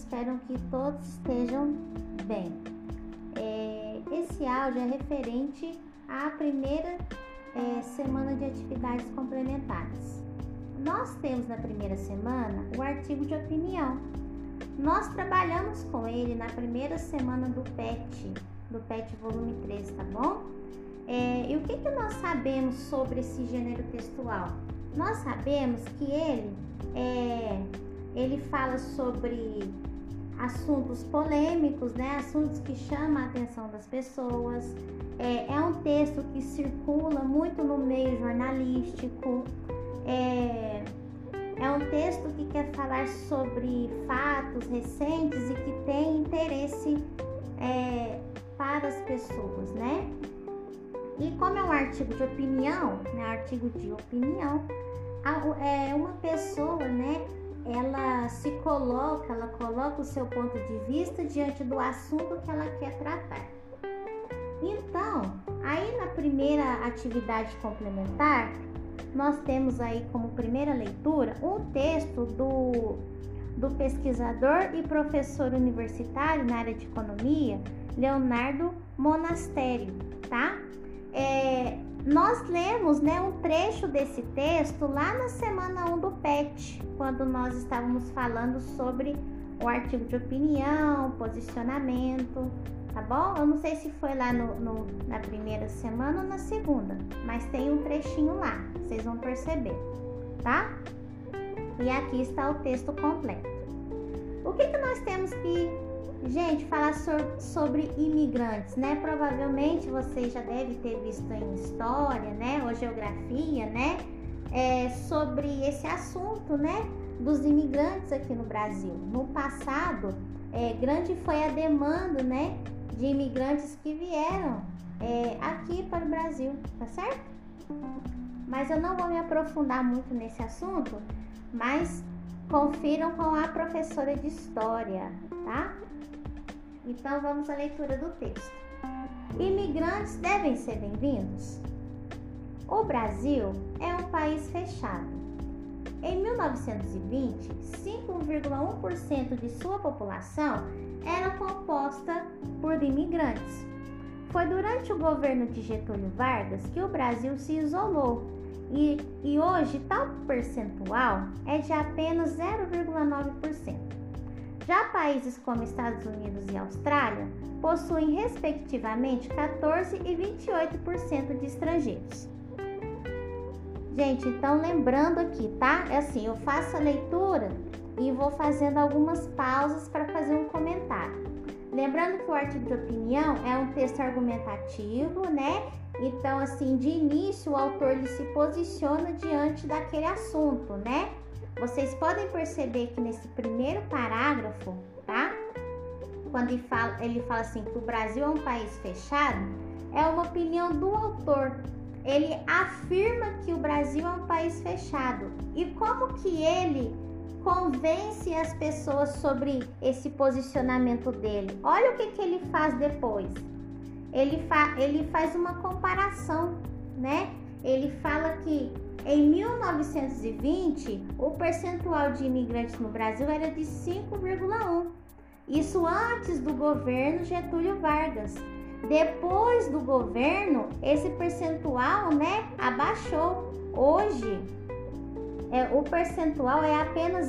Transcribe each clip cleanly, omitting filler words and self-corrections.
espero que todos estejam bem. Esse áudio é referente à primeira semana de atividades complementares. Nós temos na primeira semana o artigo de opinião. Nós trabalhamos com ele na primeira semana do PET volume 13, tá bom? E o que nós sabemos sobre esse gênero textual? Nós sabemos que ele fala sobre assuntos polêmicos, né? Assuntos que chamam a atenção das pessoas. É um texto que circula muito no meio jornalístico. É um texto que quer falar sobre fatos recentes e que tem interesse para as pessoas, né? E como é um artigo de opinião, uma pessoa, né? Ela coloca o seu ponto de vista diante do assunto que ela quer tratar. Então, aí na primeira atividade complementar, nós temos aí como primeira leitura um texto do pesquisador e professor universitário na área de economia, Leonardo Monastério, tá? Nós lemos, né, um trecho desse texto lá na semana 1 do PET, quando nós estávamos falando sobre o artigo de opinião, posicionamento, tá bom? Eu não sei se foi lá na primeira semana ou na segunda, mas tem um trechinho lá, vocês vão perceber, tá? E aqui está o texto completo. O que nós temos que, gente, falar sobre imigrantes, né? Provavelmente vocês já devem ter visto em história, né? Ou geografia, né? Sobre esse assunto, né? Dos imigrantes aqui no Brasil. No passado, grande foi a demanda, né? De imigrantes que vieram aqui para o Brasil, tá certo? Mas eu não vou me aprofundar muito nesse assunto, mas confiram com a professora de história, tá? Então vamos à leitura do texto. Imigrantes devem ser bem-vindos? O Brasil é um país fechado. Em 1920, 5,1% de sua população era composta por imigrantes. Foi durante o governo de Getúlio Vargas que o Brasil se isolou e hoje tal percentual é de apenas 0,9%. Já países como Estados Unidos e Austrália possuem respectivamente 14% e 28% de estrangeiros. Gente, então lembrando aqui, tá? É assim, eu faço a leitura e vou fazendo algumas pausas para fazer um comentário. Lembrando que o artigo de opinião é um texto argumentativo, né? Então, assim, de início o autor ele se posiciona diante daquele assunto, né? Vocês podem perceber que nesse primeiro parágrafo, tá? Quando ele fala assim que o Brasil é um país fechado, é uma opinião do autor. Ele afirma que o Brasil é um país fechado. E como que ele convence as pessoas sobre esse posicionamento dele? Olha o que ele faz depois. Ele faz uma comparação, né? Ele fala que em 1920, o percentual de imigrantes no Brasil era de 5,1%. Isso antes do governo Getúlio Vargas. Depois do governo, esse percentual, né, abaixou. Hoje, o percentual é apenas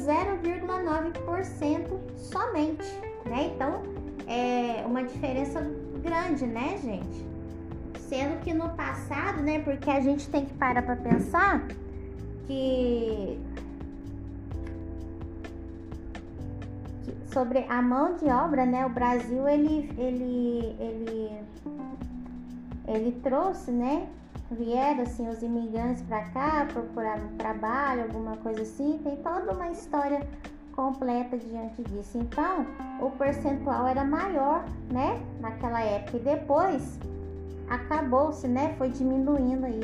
0,9% somente, né? Então, é uma diferença grande, né, gente? Sendo que no passado, né, porque a gente tem que parar para pensar que sobre a mão de obra, né, o Brasil ele trouxe, né, vieram assim os imigrantes para cá, procuraram trabalho, alguma coisa assim, tem toda uma história completa diante disso. Então, o percentual era maior, né, naquela época e depois acabou-se, né? Foi diminuindo aí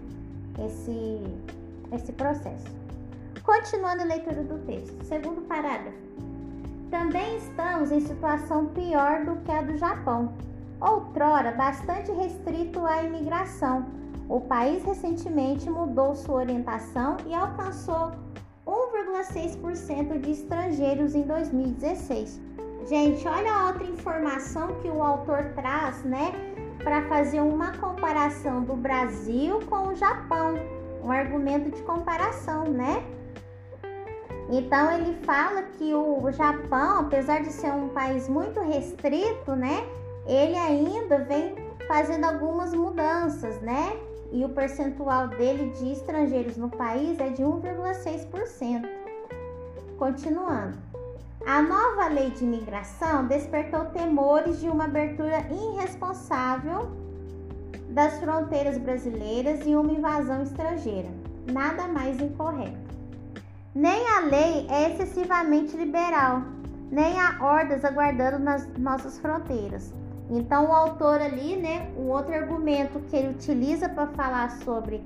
esse processo. Continuando a leitura do texto. Segundo parágrafo. Também estamos em situação pior do que a do Japão. Outrora, bastante restrito à imigração. O país recentemente mudou sua orientação e alcançou 1,9 1,6% de estrangeiros em 2016. Gente, olha a outra informação que o autor traz, né, para fazer uma comparação do Brasil com o Japão, um argumento de comparação, né? Então ele fala que o Japão, apesar de ser um país muito restrito, né, ele ainda vem fazendo algumas mudanças, né? E o percentual dele de estrangeiros no país é de 1,6%. Continuando. A nova lei de imigração despertou temores de uma abertura irresponsável das fronteiras brasileiras e uma invasão estrangeira. Nada mais incorreto. Nem a lei é excessivamente liberal, nem há hordas aguardando nas nossas fronteiras. Então o autor ali, né, o outro argumento que ele utiliza para falar sobre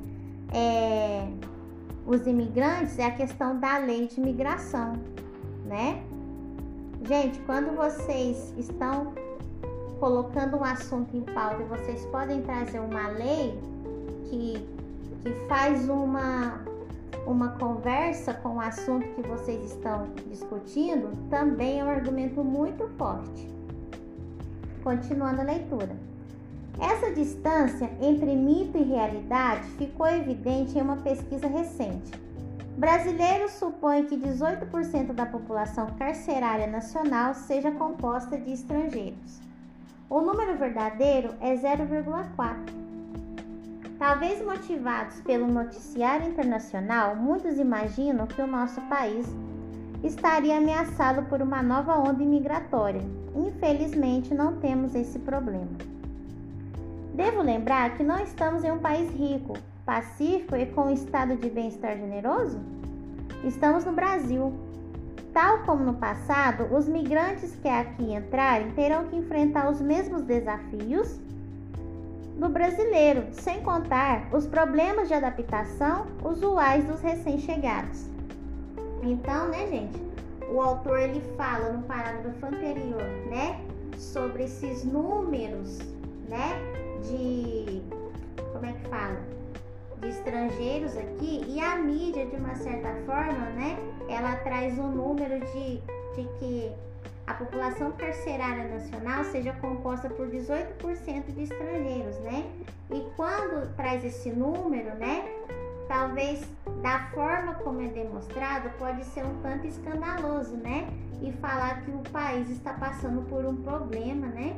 os imigrantes é a questão da lei de imigração, né? Gente, quando vocês estão colocando um assunto em pauta e vocês podem trazer uma lei que faz uma conversa com o assunto que vocês estão discutindo, também é um argumento muito forte. Continuando a leitura. Essa distância entre mito e realidade ficou evidente em uma pesquisa recente. Brasileiros supõem que 18% da população carcerária nacional seja composta de estrangeiros. O número verdadeiro é 0,4%. Talvez motivados pelo noticiário internacional, muitos imaginam que o nosso país estaria ameaçado por uma nova onda imigratória. Infelizmente, não temos esse problema. Devo lembrar que não estamos em um país rico, pacífico e com um estado de bem-estar generoso? Estamos no Brasil. Tal como no passado, os migrantes que aqui entrarem terão que enfrentar os mesmos desafios do brasileiro, sem contar os problemas de adaptação usuais dos recém-chegados. Então, né, gente, o autor ele fala no parágrafo anterior, né, sobre esses números, né, de estrangeiros aqui, e a mídia, de uma certa forma, né, ela traz um número de que a população carcerária nacional seja composta por 18% de estrangeiros, né? E quando traz esse número, né, talvez da forma como é demonstrado, pode ser um tanto escandaloso, né? E falar que o país está passando por um problema, né,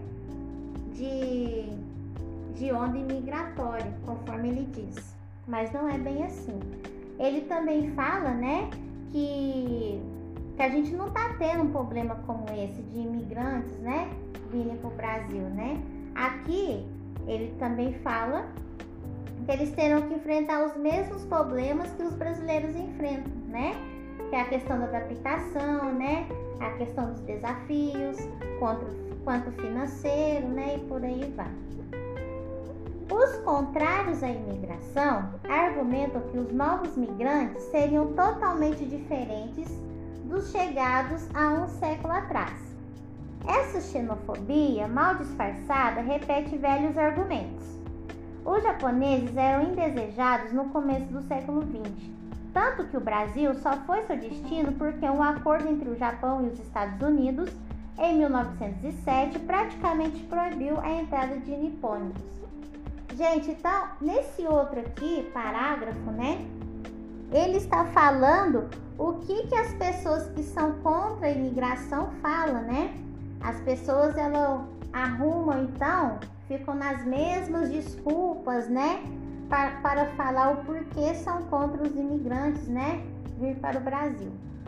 de onda imigratória, conforme ele diz. Mas não é bem assim. Ele também fala, né, que a gente não está tendo um problema como esse de imigrantes, né, virem para o Brasil, né? Aqui ele também fala que eles terão que enfrentar os mesmos problemas que os brasileiros enfrentam, né? Que é a questão da adaptação, né? A questão dos desafios, quanto financeiro, né? E por aí vai. Os contrários à imigração argumentam que os novos migrantes seriam totalmente diferentes dos chegados há um século atrás. Essa xenofobia mal disfarçada repete velhos argumentos. Os japoneses eram indesejados no começo do século XX, tanto que o Brasil só foi seu destino porque um acordo entre o Japão e os Estados Unidos, em 1907, praticamente proibiu a entrada de nipônicos. Gente, então, nesse outro aqui, parágrafo, né, ele está falando o que as pessoas que são contra a imigração falam, né? As pessoas, elas arrumam, então, ficam nas mesmas desculpas, né? Para falar o porquê são contra os imigrantes, né? Vir para o Brasil.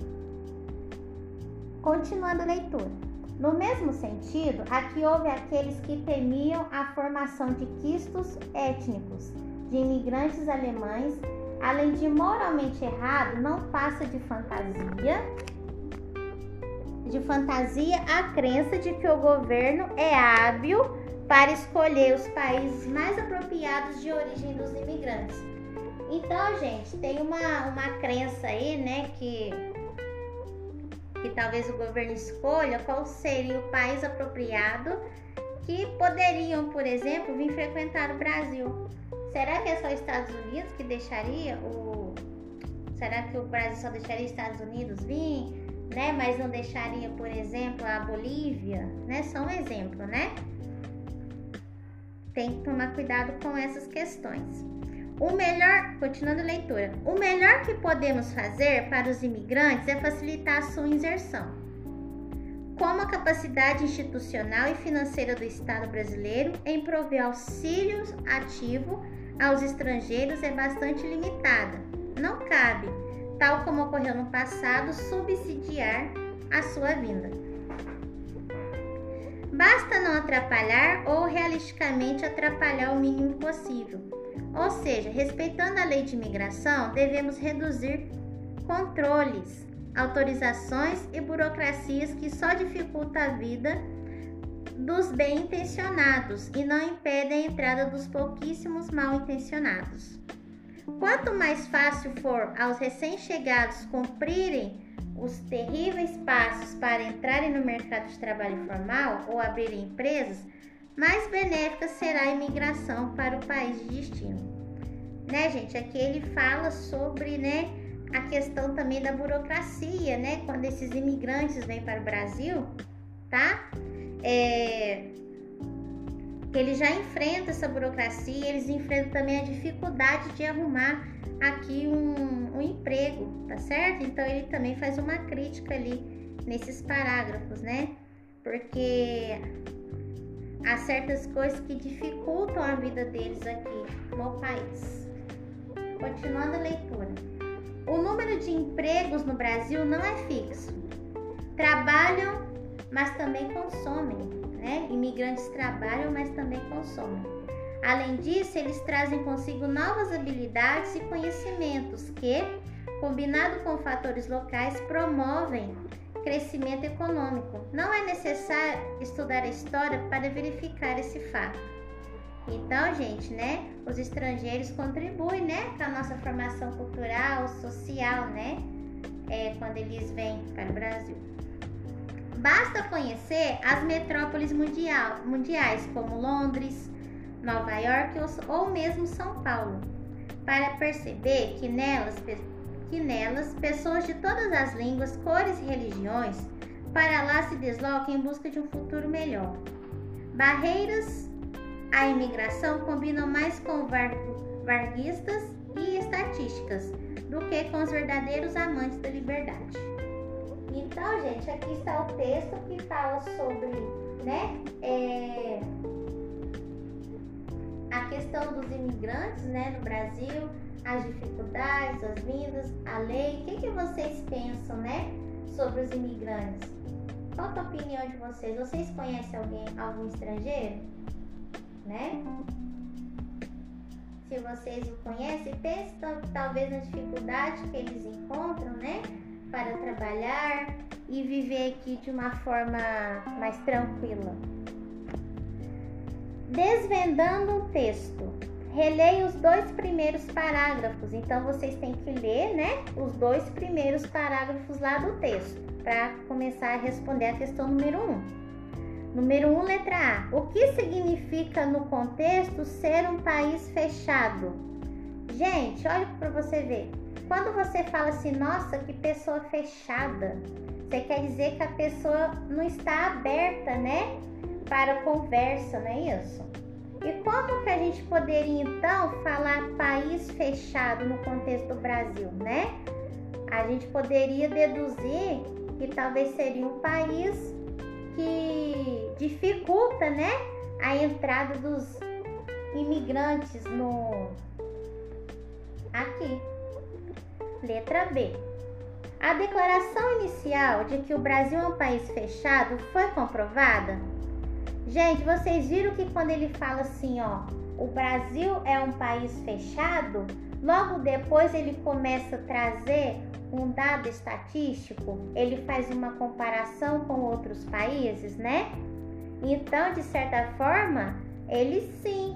Continuando a leitura. No mesmo sentido, aqui houve aqueles que temiam a formação de quistos étnicos de imigrantes alemães. Além de moralmente errado, não passa de fantasia a crença de que o governo é hábil para escolher os países mais apropriados de origem dos imigrantes. Então, gente, tem uma crença aí, né, que talvez o governo escolha qual seria o país apropriado que poderiam, por exemplo, vir frequentar o Brasil. Será que é só os Estados Unidos que deixaria Será que o Brasil só deixaria os Estados Unidos vir, né? Mas não deixaria, por exemplo, a Bolívia, né? Só um exemplo, né? Tem que tomar cuidado com essas questões. Continuando a leitura, o melhor que podemos fazer para os imigrantes é facilitar a sua inserção. Como a capacidade institucional e financeira do Estado brasileiro em prover auxílio ativo aos estrangeiros é bastante limitada. Não cabe, tal como ocorreu no passado, subsidiar a sua vinda. Basta não atrapalhar ou realisticamente atrapalhar o mínimo possível. Ou seja, respeitando a lei de imigração, devemos reduzir controles, autorizações e burocracias que só dificultam a vida dos bem-intencionados e não impedem a entrada dos pouquíssimos mal-intencionados. Quanto mais fácil for aos recém-chegados cumprirem os terríveis passos para entrarem no mercado de trabalho formal ou abrirem empresas, mais benéfica será a imigração para o país de destino. Né, gente? Aqui ele fala sobre, né, a questão também da burocracia, né? Quando esses imigrantes vêm para o Brasil, tá? Eles já enfrentam essa burocracia, eles enfrentam também a dificuldade de arrumar aqui um emprego, tá certo? Então ele também faz uma crítica ali nesses parágrafos, né? Porque há certas coisas que dificultam a vida deles aqui no país. Continuando a leitura. O número de empregos no Brasil não é fixo. Trabalham, mas também consomem, né? Imigrantes trabalham, mas também consomem. Além disso, eles trazem consigo novas habilidades e conhecimentos que, combinado com fatores locais, promovem crescimento econômico. Não é necessário estudar a história para verificar esse fato. Então, gente, né, os estrangeiros contribuem, né, com a nossa formação cultural, social, né, quando eles vêm para o Brasil. Basta conhecer as metrópoles mundiais, como Londres, Nova York ou mesmo São Paulo, para perceber que nelas pessoas de todas as línguas, cores e religiões para lá se deslocam em busca de um futuro melhor. Barreiras à imigração combinam mais com varguistas e estatísticas do que com os verdadeiros amantes da liberdade. Então, gente, aqui está o texto que fala sobre, né, a questão dos imigrantes, né, no Brasil, as dificuldades, as vindas, a lei. O que vocês pensam, né, sobre os imigrantes? Qual a opinião de vocês? Vocês conhecem algum estrangeiro, né? Se vocês o conhecem, pensem talvez na dificuldade que eles encontram, né, para trabalhar e viver aqui de uma forma mais tranquila. Desvendando um texto. Releia os 2 primeiros parágrafos. Então, vocês têm que ler, né, os 2 primeiros parágrafos lá do texto para começar a responder a questão número 1. Número 1, letra A. O que significa no contexto ser um país fechado? Gente, olha para você ver. Quando você fala assim, nossa, que pessoa fechada, você quer dizer que a pessoa não está aberta, né, para conversa, não é isso? E como que a gente poderia, então, falar país fechado no contexto do Brasil, né? A gente poderia deduzir que talvez seria um país que dificulta, né, a entrada dos imigrantes aqui. Letra B. A declaração inicial de que o Brasil é um país fechado foi comprovada? Gente, vocês viram que quando ele fala assim, ó, o Brasil é um país fechado, logo depois ele começa a trazer um dado estatístico, ele faz uma comparação com outros países, né? Então, de certa forma, ele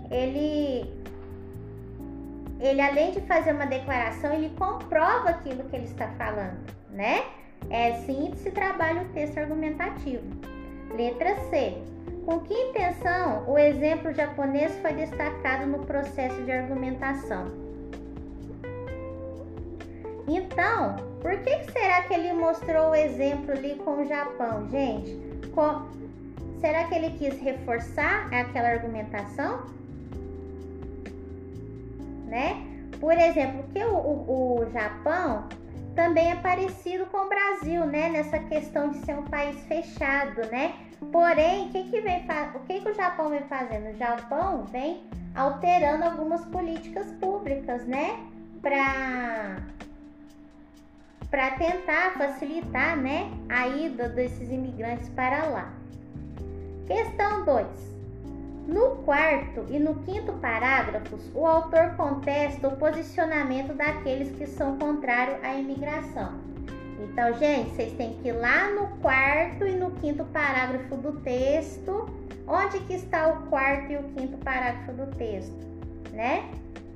além de fazer uma declaração, ele comprova aquilo que ele está falando, né? É assim que se trabalha o texto argumentativo. Letra C. Com que intenção o exemplo japonês foi destacado no processo de argumentação? Então, por que será que ele mostrou o exemplo ali com o Japão, gente? Será que ele quis reforçar aquela argumentação? Né? Por exemplo, que o Japão também é parecido com o Brasil, né? Nessa questão de ser um país fechado, né? Porém, o que o Japão vem fazendo? O Japão vem alterando algumas políticas públicas, né? Para tentar facilitar, né, a ida desses imigrantes para lá. Questão 2. No quarto e no quinto parágrafos, o autor contesta o posicionamento daqueles que são contrários à imigração. Então, gente, vocês têm que ir lá no quarto e no quinto parágrafo do texto. Onde que está o quarto e o quinto parágrafo do texto, né?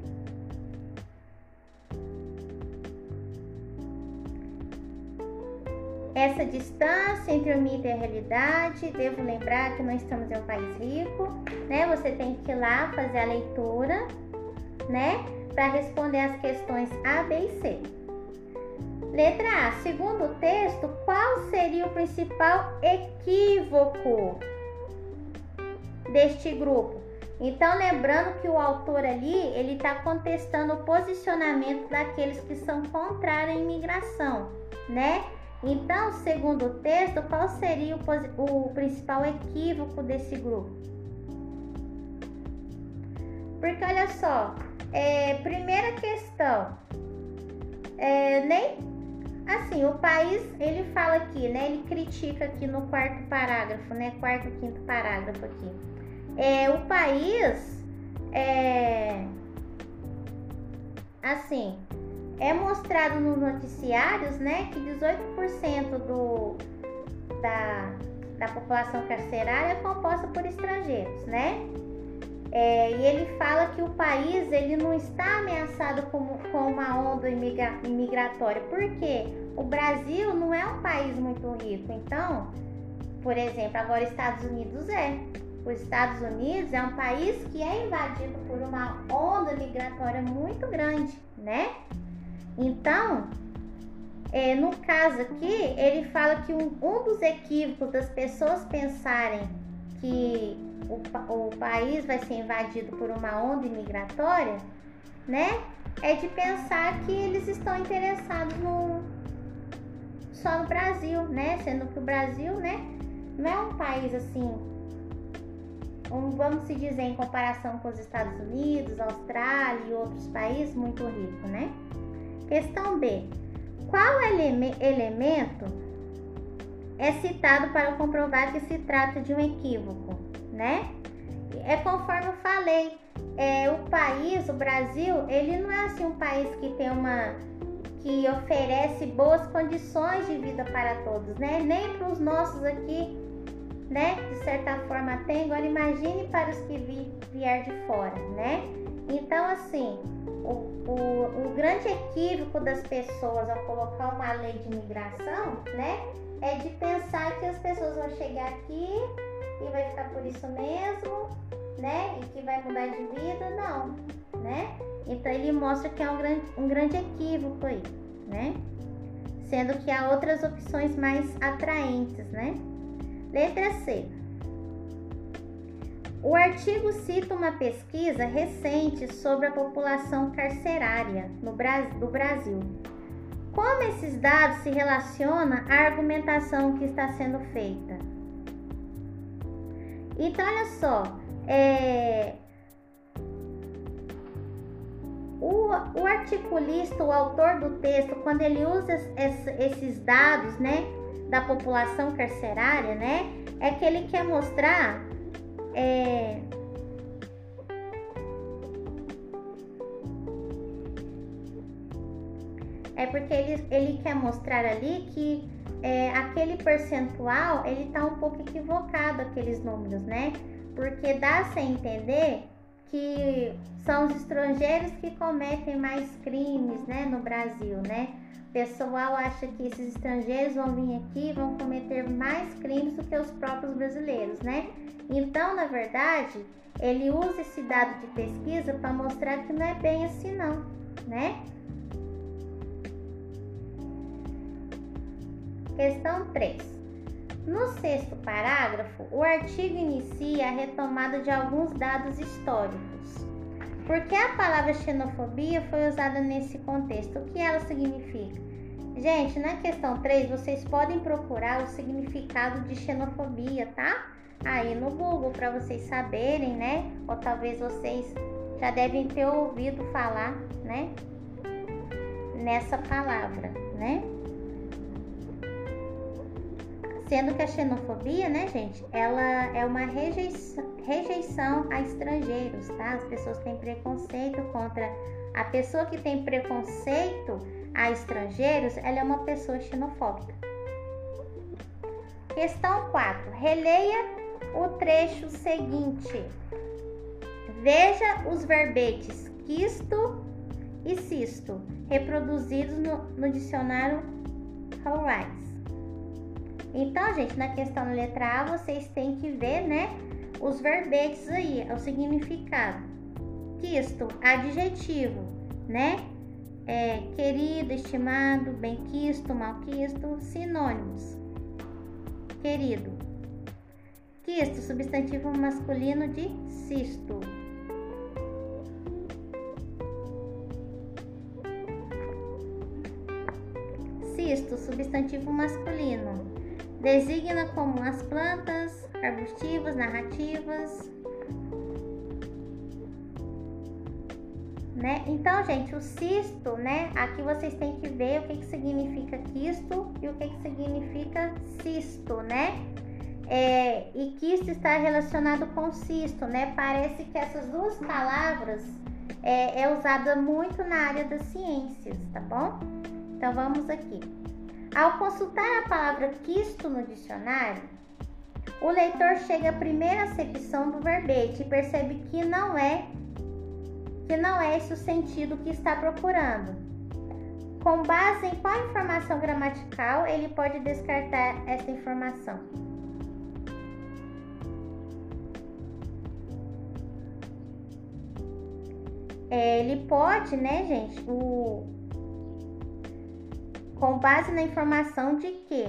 Essa distância entre o mito e a realidade, devo lembrar que nós estamos em um país rico, né? Você tem que ir lá fazer a leitura, né? Para responder as questões A, B e C. Letra A. Segundo o texto, qual seria o principal equívoco deste grupo? Então, lembrando que o autor ali, ele está contestando o posicionamento daqueles que são contrários à imigração, né? Então, segundo o texto, qual seria o principal equívoco desse grupo? Porque, olha só, primeira questão, assim, o país, ele fala aqui, né? Ele critica aqui no quarto parágrafo, né? Quarto e quinto parágrafo aqui. O país, assim, é mostrado nos noticiários, né, que 18% da população carcerária é composta por estrangeiros, né? E ele fala que o país, ele não está ameaçado com uma onda imigratória, porque o Brasil não é um país muito rico. Então, por exemplo, agora Estados Unidos Os Estados Unidos é um país que é invadido por uma onda migratória muito grande, né? Então, no caso aqui, ele fala que um dos equívocos das pessoas pensarem que o país vai ser invadido por uma onda imigratória, né? É de pensar que eles estão interessados só no Brasil, né? Sendo que o Brasil, né, não é um país assim, vamos se dizer, em comparação com os Estados Unidos, Austrália e outros países, muito rico, né? Questão B. Qual elemento é citado para comprovar que se trata de um equívoco, né? Conforme eu falei, o país, o Brasil, ele não é assim um país que oferece boas condições de vida para todos, né? Nem para os nossos aqui, né? De certa forma tem. Agora imagine para os que vier de fora, né? Então, assim, o grande equívoco das pessoas ao colocar uma lei de imigração, né, é de pensar que as pessoas vão chegar aqui e vai ficar por isso mesmo, né, e que vai mudar de vida, não, né? Então ele mostra que é um grande equívoco aí, né? Sendo que há outras opções mais atraentes, né? Letra C. O artigo cita uma pesquisa recente sobre a população carcerária do Brasil. Como esses dados se relacionam à argumentação que está sendo feita? Então, olha só, o articulista, o autor do texto, quando ele usa esses dados, né, da população carcerária, né, é que ele quer mostrar porque ele quer mostrar ali que aquele percentual, ele tá um pouco equivocado, aqueles números, né? Porque dá-se a entender que são os estrangeiros que cometem mais crimes, né, no Brasil, né? O pessoal acha que esses estrangeiros vão vir aqui e vão cometer mais crimes do que os próprios brasileiros, né? Então, na verdade, ele usa esse dado de pesquisa para mostrar que não é bem assim não, né? Questão 3. No sexto parágrafo, o artigo inicia a retomada de alguns dados históricos. Por que a palavra xenofobia foi usada nesse contexto? O que ela significa? Gente, na questão 3, vocês podem procurar o significado de xenofobia, tá? Aí no Google, para vocês saberem, né? Ou talvez vocês já devem ter ouvido falar, né? Nessa palavra, né? Sendo que a xenofobia, né, gente, ela é uma rejeição a estrangeiros, tá? As pessoas têm preconceito contra a pessoa que tem preconceito a estrangeiros, ela é uma pessoa xenofóbica. Questão 4. Releia o trecho seguinte. Veja os verbetes quisto e cisto reproduzidos no dicionário Howard. Então, gente, na questão da letra A, vocês têm que ver, né, os verbetes aí, o significado. Quisto, adjetivo, né? Querido, estimado, bem-quisto, mal-quisto, sinônimos. Querido. Quisto, substantivo masculino de cisto. Cisto, substantivo masculino. Designa como as plantas arbustivas, narrativas, né? Então, gente, o cisto, né? Aqui vocês têm que ver o que significa quisto e o que significa cisto, né? E quisto está relacionado com cisto, né? Parece que essas duas palavras é usada muito na área das ciências, tá bom? Então, vamos aqui. Ao consultar a palavra quisto no dicionário, o leitor chega à primeira acepção do verbete e percebe que não é esse o sentido que está procurando. Com base em qual informação gramatical ele pode descartar essa informação? Ele pode, né, gente, com base na informação de que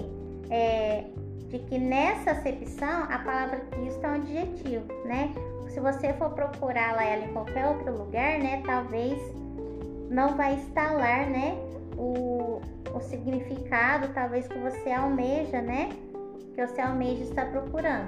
nessa acepção a palavra quisto é um adjetivo, né? Se você for procurá-la ela em qualquer outro lugar, né, talvez não vai estar lá, né, o significado, talvez que você almeja, né, que você almeja estar procurando.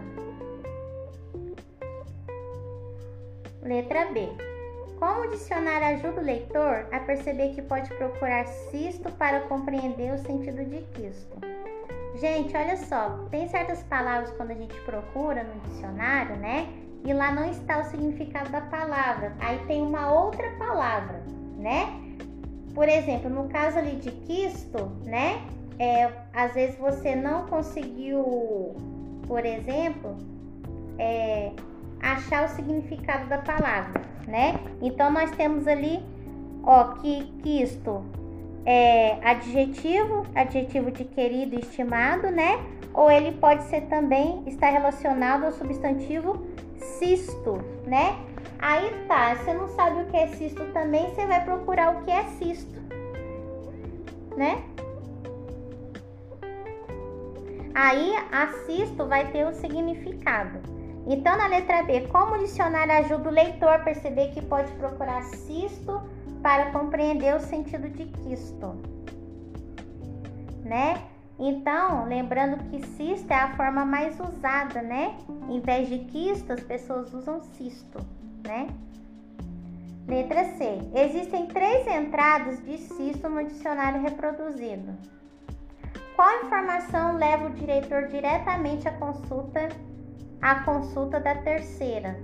Letra B. Como o dicionário ajuda o leitor a perceber que pode procurar cisto para compreender o sentido de quisto? Gente, olha só, tem certas palavras quando a gente procura no dicionário, né? E lá não está o significado da palavra. Aí tem uma outra palavra, né? Por exemplo, no caso ali de quisto, né? Às vezes você não conseguiu, por exemplo, achar o significado da palavra, né? Então nós temos ali, que quisto é adjetivo de querido e estimado, né? Ou ele pode ser também estar relacionado ao substantivo cisto, né? Aí tá, você não sabe o que é cisto também, você vai procurar o que é cisto, né? Aí a cisto vai ter um significado. Então, na letra B, como o dicionário ajuda o leitor a perceber que pode procurar cisto para compreender o sentido de quisto, né? Então, lembrando que cisto é a forma mais usada, né? Em vez de quisto, as pessoas usam cisto, né? Letra C. Existem 3 entradas de cisto no dicionário reproduzido. Qual informação leva o diretor diretamente à consulta da terceira?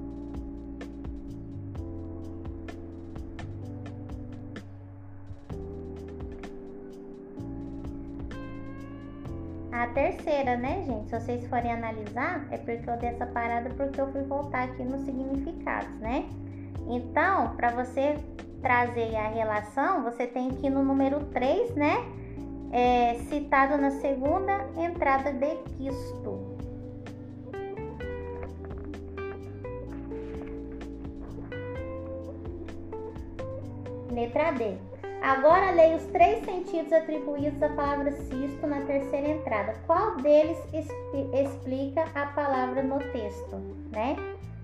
A terceira, né, gente? Se vocês forem analisar, é porque eu dei essa parada porque eu fui voltar aqui nos significados, né? Então, para você trazer a relação, você tem que ir no número 3, né? Citado na segunda entrada de quisto. Letra D. Agora leia os 3 sentidos atribuídos à palavra cisto na terceira entrada. Qual deles explica a palavra no texto, né?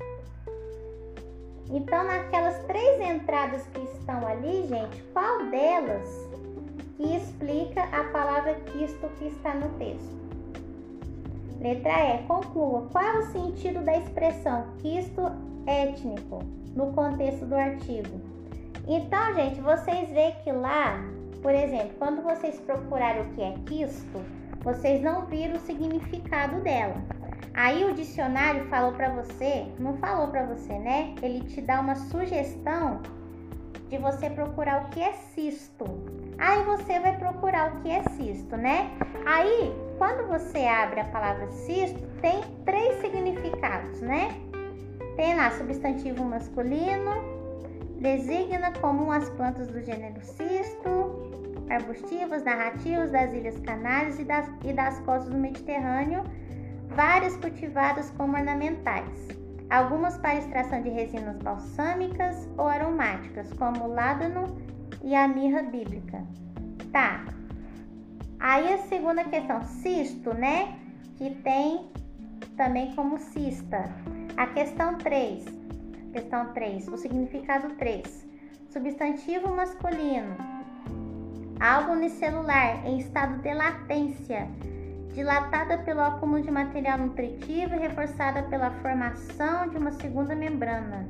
Então, naquelas 3 entradas que estão ali, gente, qual delas que explica a palavra quisto que está no texto? Letra E. Conclua. Qual é o sentido da expressão quisto étnico no contexto do artigo? Então, gente, vocês veem que lá, por exemplo, quando vocês procurarem o que é quisto, vocês não viram o significado dela. Aí o dicionário falou para você, não falou para você, né? Ele te dá uma sugestão de você procurar o que é cisto. Aí você vai procurar o que é cisto, né? Aí, quando você abre a palavra cisto, tem 3 significados, né? Tem lá substantivo masculino, designa comum as plantas do gênero cisto, arbustivas, narrativas das Ilhas Canárias e das costas do Mediterrâneo, várias cultivadas como ornamentais, algumas para extração de resinas balsâmicas ou aromáticas, como o ládano e a mirra bíblica. Tá. Aí a segunda questão, cisto, né? Que tem também como cista. A questão 3, o significado 3. Substantivo masculino, algo unicelular em estado de latência, dilatada pelo acúmulo de material nutritivo e reforçada pela formação de uma segunda membrana.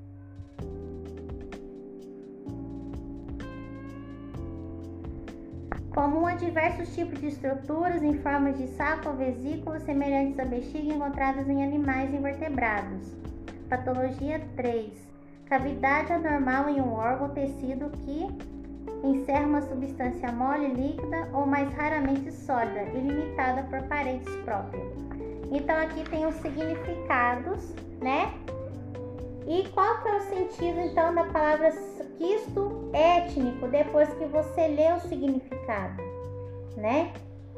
Comum a diversos tipos de estruturas em formas de saco ou vesícula semelhantes à bexiga encontradas em animais invertebrados. Patologia 3. Cavidade anormal em um órgão ou tecido que encerra uma substância mole, líquida ou mais raramente sólida e limitada por paredes próprias. Então aqui tem os significados, né? E qual que é o sentido então da palavra quisto étnico depois que você lê o significado, né?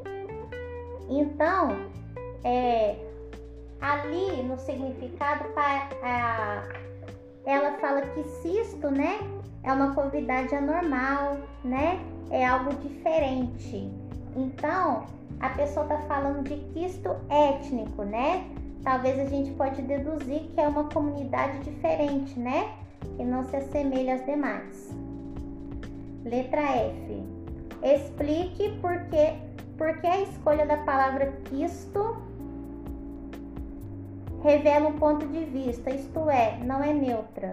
Então, ali no significado ela fala que cisto, né, é uma cavidade anormal, né? É algo diferente. Então, a pessoa está falando de quisto étnico, né? Talvez a gente pode deduzir que é uma comunidade diferente, né? Que não se assemelha às demais. Letra F. Explique por que a escolha da palavra quisto revela um ponto de vista, isto é, não é neutra.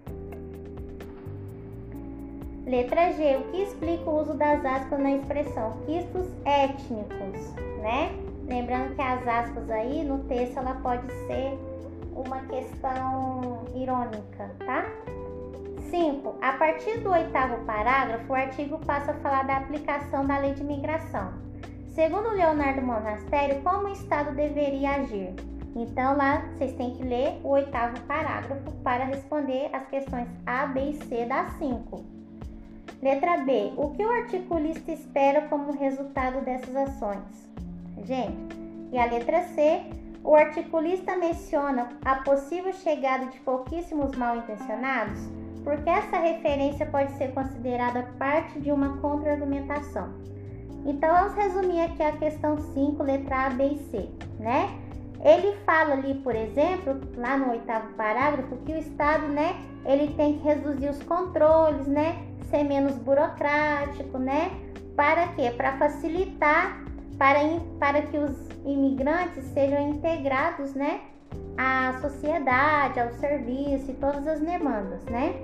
Letra G. O que explica o uso das aspas na expressão quistos étnicos, né? Lembrando que as aspas aí no texto ela pode ser uma questão irônica, tá? 5. A partir do 8º parágrafo, o artigo passa a falar da aplicação da lei de imigração. Segundo Leonardo Monastério, como o Estado deveria agir? Então lá vocês têm que ler o 8º parágrafo para responder as questões A, B e C das 5. Letra B. O que o articulista espera como resultado dessas ações? Gente, e a letra C. O articulista menciona a possível chegada de pouquíssimos mal-intencionados, porque essa referência pode ser considerada parte de uma contra-argumentação. Então, vamos resumir aqui a questão 5, letra A, B e C, né? Ele fala ali, por exemplo, lá no 8º parágrafo, que o Estado, né, ele tem que reduzir os controles, né, ser menos burocrático, né? Para quê? Para facilitar, para que os imigrantes sejam integrados, né, à sociedade, ao serviço e todas as demandas, né?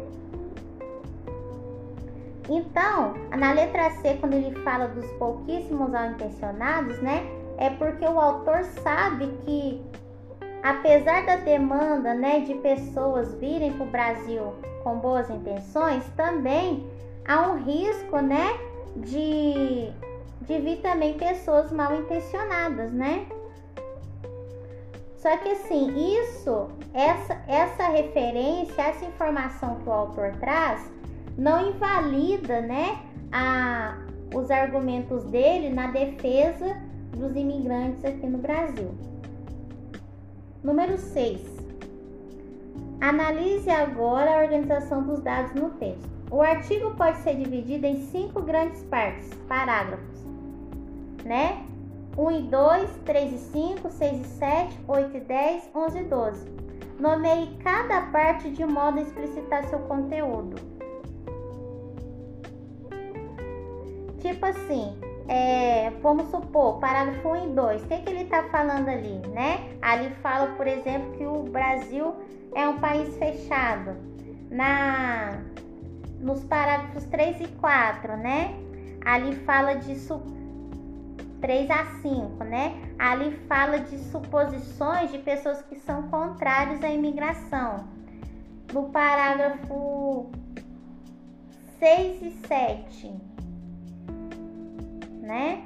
Então, na letra C, quando ele fala dos pouquíssimos mal-intencionados, né, é porque o autor sabe que, apesar da demanda, né, de pessoas virem para o Brasil com boas intenções, também há um risco, né, de vir também pessoas mal intencionadas, né? Só que assim, essa referência, essa informação que o autor traz, não invalida, né, os argumentos dele na defesa dos imigrantes aqui no Brasil. Número 6. Analise agora a organização dos dados no texto. O artigo pode ser dividido em 5 grandes partes, parágrafos, né? 1 e 2, 3 e 5, 6 e 7, 8 e 10, 11 e 12. Nomeie cada parte de modo a explicitar seu conteúdo. Tipo assim, vamos supor, parágrafo 1 e 2, o que ele está falando ali, né? Ali fala, por exemplo, que o Brasil é um país fechado. Nos parágrafos 3 e 4, né? Ali fala de 3 a 5, né? Ali fala de suposições de pessoas que são contrárias à imigração. No parágrafo 6 e 7, né?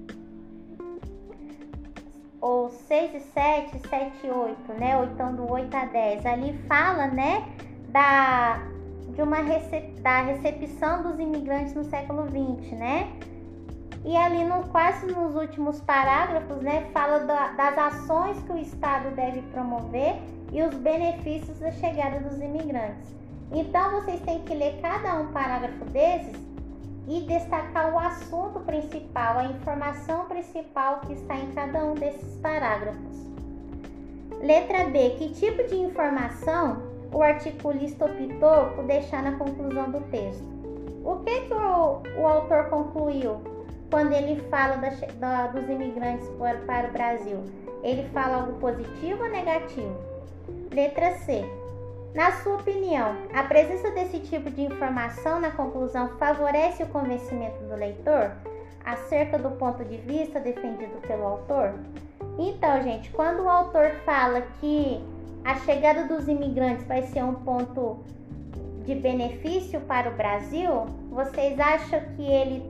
Ou 6 e 7, 7 e 8, né? Ou então do 8 a 10. Ali fala, né? Da recepção dos imigrantes no século XX, né? E ali quase nos últimos parágrafos, né, fala das ações que o Estado deve promover e os benefícios da chegada dos imigrantes. Então, vocês têm que ler cada um parágrafo desses e destacar o assunto principal, a informação principal que está em cada um desses parágrafos. Letra B. Que tipo de informação o articulista optou por deixar na conclusão do texto? O que o autor concluiu quando ele fala dos imigrantes para o Brasil? Ele fala algo positivo ou negativo? Letra C. Na sua opinião, a presença desse tipo de informação na conclusão favorece o convencimento do leitor acerca do ponto de vista defendido pelo autor? Então, gente, quando o autor fala que a chegada dos imigrantes vai ser um ponto de benefício para o Brasil, vocês acham que ele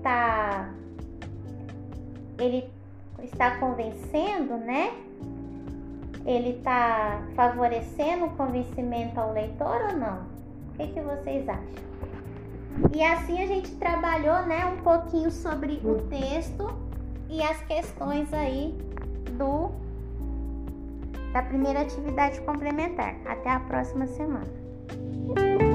está convencendo, né? Ele está favorecendo o convencimento ao leitor ou não? O que vocês acham? E assim a gente trabalhou, né, um pouquinho sobre o texto e as questões aí da primeira atividade complementar. Até a próxima semana.